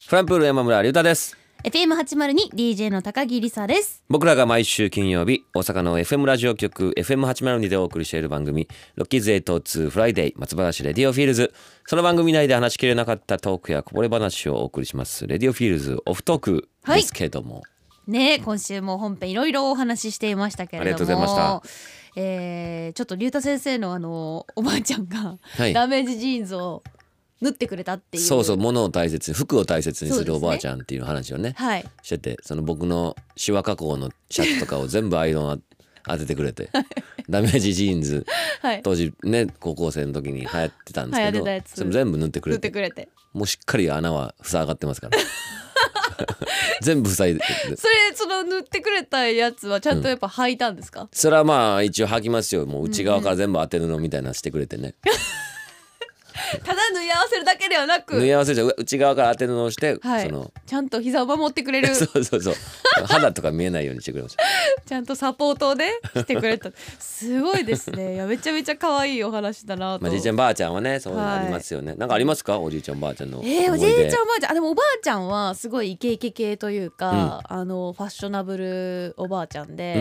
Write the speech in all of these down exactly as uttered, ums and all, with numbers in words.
フランプール山村隆太です。 エフエムはちまるに ディージェー の高木りさです。 僕らが毎週金曜日大阪の エフエム ラジオ局 エフエムはちまるに でお送りしている番組ロッキーズエイトツーフライデー松原市レディオフィールズ。その番組内で話しきれなかったトークやこぼれ話をお送りしますレディオフィールズオフトークですけども、はい、 ね、今週も本編いろいろお話ししていましたけれども、 ありがとうございました。 えー、ちょっと龍太先生のあのおばあちゃんが、はい、ダメージジーンズを縫ってくれたっていう、 そうそう、物を大切に服を大切にするおばあちゃんっていう話をね、 はい、 してて、その僕のシワ加工のシャツとかを全部アイロン当ててくれてダメージジーンズ、はい、当時ね高校生の時に流行ってたんですけど、それ全部縫ってくれ て, てくれてもうしっかり穴は塞がってますから全部塞いでそれその塗ってくれたやつはちゃんとやっぱ履いたんですか？ うん、それはまあ一応履きますよ。もう内側から全部当て布みたいなしてくれてね、うんただ縫い合わせるだけではなく縫い合わせじゃ内側から当て布をして、はい、そのちゃんと膝を守ってくれるそうそうそう肌とか見えないようにしてくれましたちゃんとサポートでしてくれたすごいですね。いやめちゃめちゃ可愛いお話だなと、 まあ、じいちゃんばあちゃんはねそういうのありますよね、はい、なんかありますかおじいちゃんばあちゃんの思い出。 えー、おじいちゃんおばあちゃんあでもおばあちゃんはすごいイケイケ系というか、うん、あのファッショナブルおばあちゃんで、うん、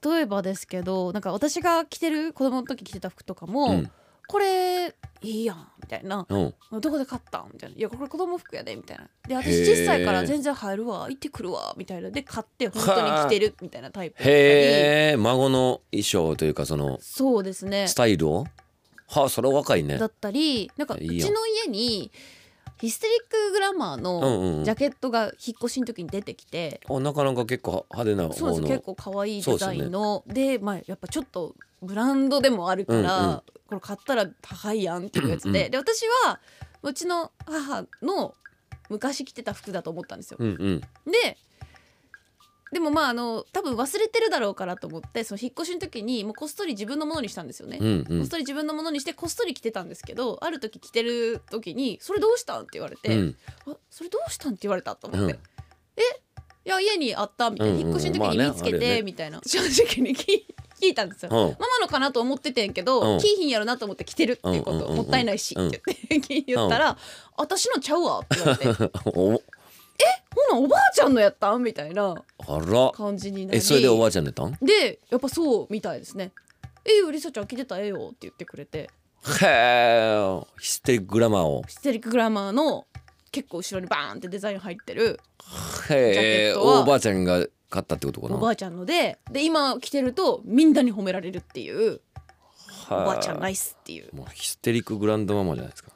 例えばですけどなんか私が着てる子供の時着てた服とかも、うんこれいいやんみたいな、うん、どこで買ったんみたいな、いやこれ子供服やでみたいな、で私小さいから全然入るわ行ってくるわみたいなで買って本当に着てるみたいなタイプだったり、 へー孫の衣装というかそのそうですねスタイルをはあそれは若いねだったりなんかうちの家にヒステリックグラマーのジャケットが引っ越しの時に出てきて、 うんうん、あなかなか結構派手な方のそうです結構可愛いデザインの で,、ね、で、まあ、やっぱちょっとブランドでもあるから、うんうん、これ買ったら高いやんっていうやつで、うんうん、で私はうちの母の昔着てた服だと思ったんですよ、うんうん、ででもまああの多分忘れてるだろうからと思ってその引っ越しの時にもうこっそり自分のものにしたんですよね、うんうん、こっそり自分のものにしてこっそり着てたんですけど、ある時着てる時にそれどうしたんって言われて、うん、あそれどうしたんって言われたと思って、うん、えいや家にあったみたいな、うんうん、引っ越しの時に見つけて、まあねね、みたいな正直に聞いたんですよ、うん、ママのかなと思っててんけど、うん、キーヒンやろなと思って着てるっていうこと、うん、もったいないし、うん、って言って言ったら、うん、私のちゃうわって言われてえほなおばあちゃんのやったんみたいな感じになり、 えそれでおばあちゃんのやったんでやっぱそうみたいですね。えよりさちゃん着てたええよって言ってくれて、 へーヒステリックグラマーをヒステリックグラマーの結構後ろにバーンってデザイン入ってるジャケへーットはおばあちゃんが買ったってことかな。 おばあちゃんのでで今着てるとみんなに褒められるっていうおばあちゃんナイスっていうもうヒステリックグランドママじゃないですか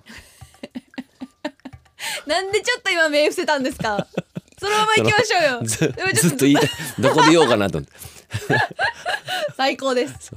なんでちょっと今目伏せたんですかそのまま行きましょうよず, ずっと言いたいどこで言おうかなと思って最高です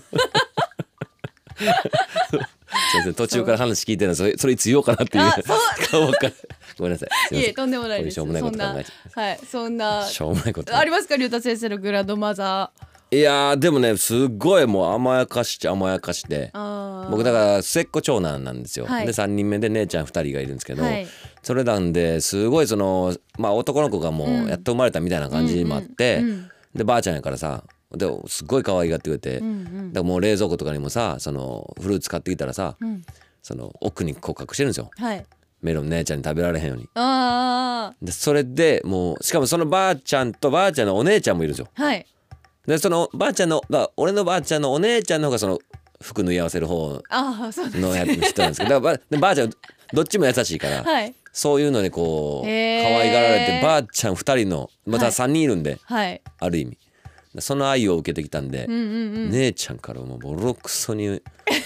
途中から話聞いてるのそれそれいつ言おうかなっていうあそうごめんなさい。 いえとんでもないです。 しょうもないこと考えちゃう。 はいそんなしょうもないことありますか龍太先生のグランドマザー。いやでもねすごいもう甘やかしちゃ甘やかしで僕だから末っ子長男なんですよ、はい、でさんにんめで姉ちゃんふたりがいるんですけど、はい、それなんですごいそのまあ男の子がもうやっと生まれたみたいな感じもあって、うんうんうん、でばあちゃんやからさですごい可愛がってくれて、うんうん、だからもう冷蔵庫とかにもさそのフルーツ買ってきたらさ、うん、その奥にこう隠してるんですよ、はいメロン姉ちゃんに食べられへんように。あでそれでもうしかもそのばあちゃんとばあちゃんのお姉ちゃんもいるんですよ、はい、でそのばあちゃんの俺のばあちゃんのお姉ちゃんの方がその服縫い合わせる方のやつ人なんですけどだからばあちゃんどっちも優しいから、はい、そういうのでこう可愛がられてばあちゃんふたりのまたさんにんいるんで、はい、ある意味その愛を受けてきたんで、うんうんうん、姉ちゃんからもうボロクソに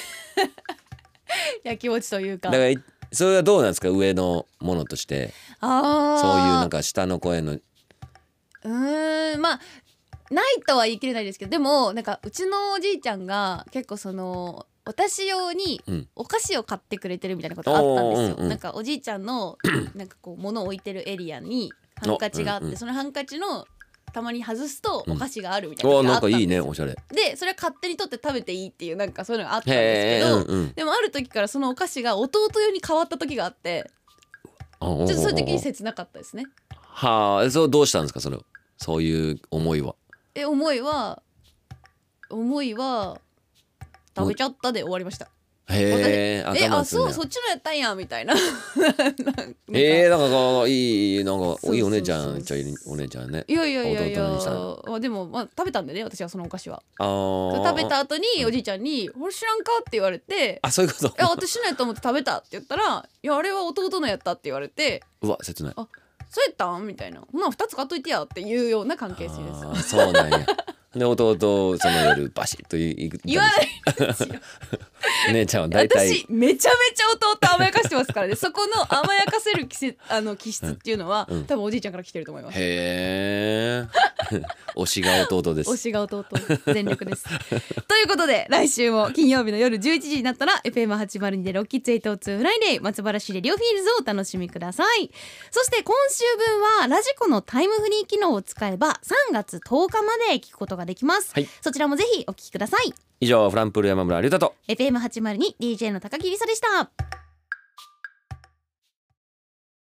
やきもちというかだからそれはどうなんですか上のものとしてあそういうなんか下の声のうーんまあないとは言い切れないですけどでもなんかうちのおじいちゃんが結構その私用にお菓子を買ってくれてるみたいなことがあったんですよ、うん、なんかおじいちゃんのなんかこう物を置いてるエリアにハンカチがあって、うんうん、そのハンカチのたまに外すとお菓子があるみたいなのがあったんですよ、 うん、なんかいいねおしゃれでそれは勝手に取って食べていいっていうなんかそういうのがあったんですけど、うんうん、でもある時からそのお菓子が弟用に変わった時があってちょっとそういう時に切なかったですね。 はあそうどうしたんですかそれそういう思いはえ思いは思いは食べちゃったで終わりました。 へえ、 えあそうそっちのやったんやみたいなえー、なんかこういいなんかいいお姉ちゃんちゃいいお姉ちゃんね。 いやいやいやいや、 弟まあ、でも、まあ、食べたんでね私はそのお菓子は。 あ食べた後におじいちゃんに「これ知らんか?」って言われて「 あそういうこと。 いや私のやと思って食べた」って言ったら「いやあれは弟のやった」って言われてうわ切ない。 あそうやったんみたいなほなふたつ買っといてやっていうような関係性です。 あそうなんや。で弟その夜バシッと言う言わないですよ姉ちゃんは大体私めちゃめちゃ弟甘やかしてますからねそこの甘やかせる気せあの気質っていうのは、うん、多分おじいちゃんから来てると思います。 へー推しが弟です。 推しが弟全力ですということで来週も金曜日の夜じゅういちじになったら エフエムはちまるに でロッキッズはちじゅうにフライデー松原市レディオフィールズをお楽しみください。そして今週分はラジコのタイムフリー機能を使えばさんがつとおかまで聞くことができます、はい、そちらもぜひお聞きください。 以上フランプル山村隆太とエフエムはちまるに ディージェー の高木りさでした。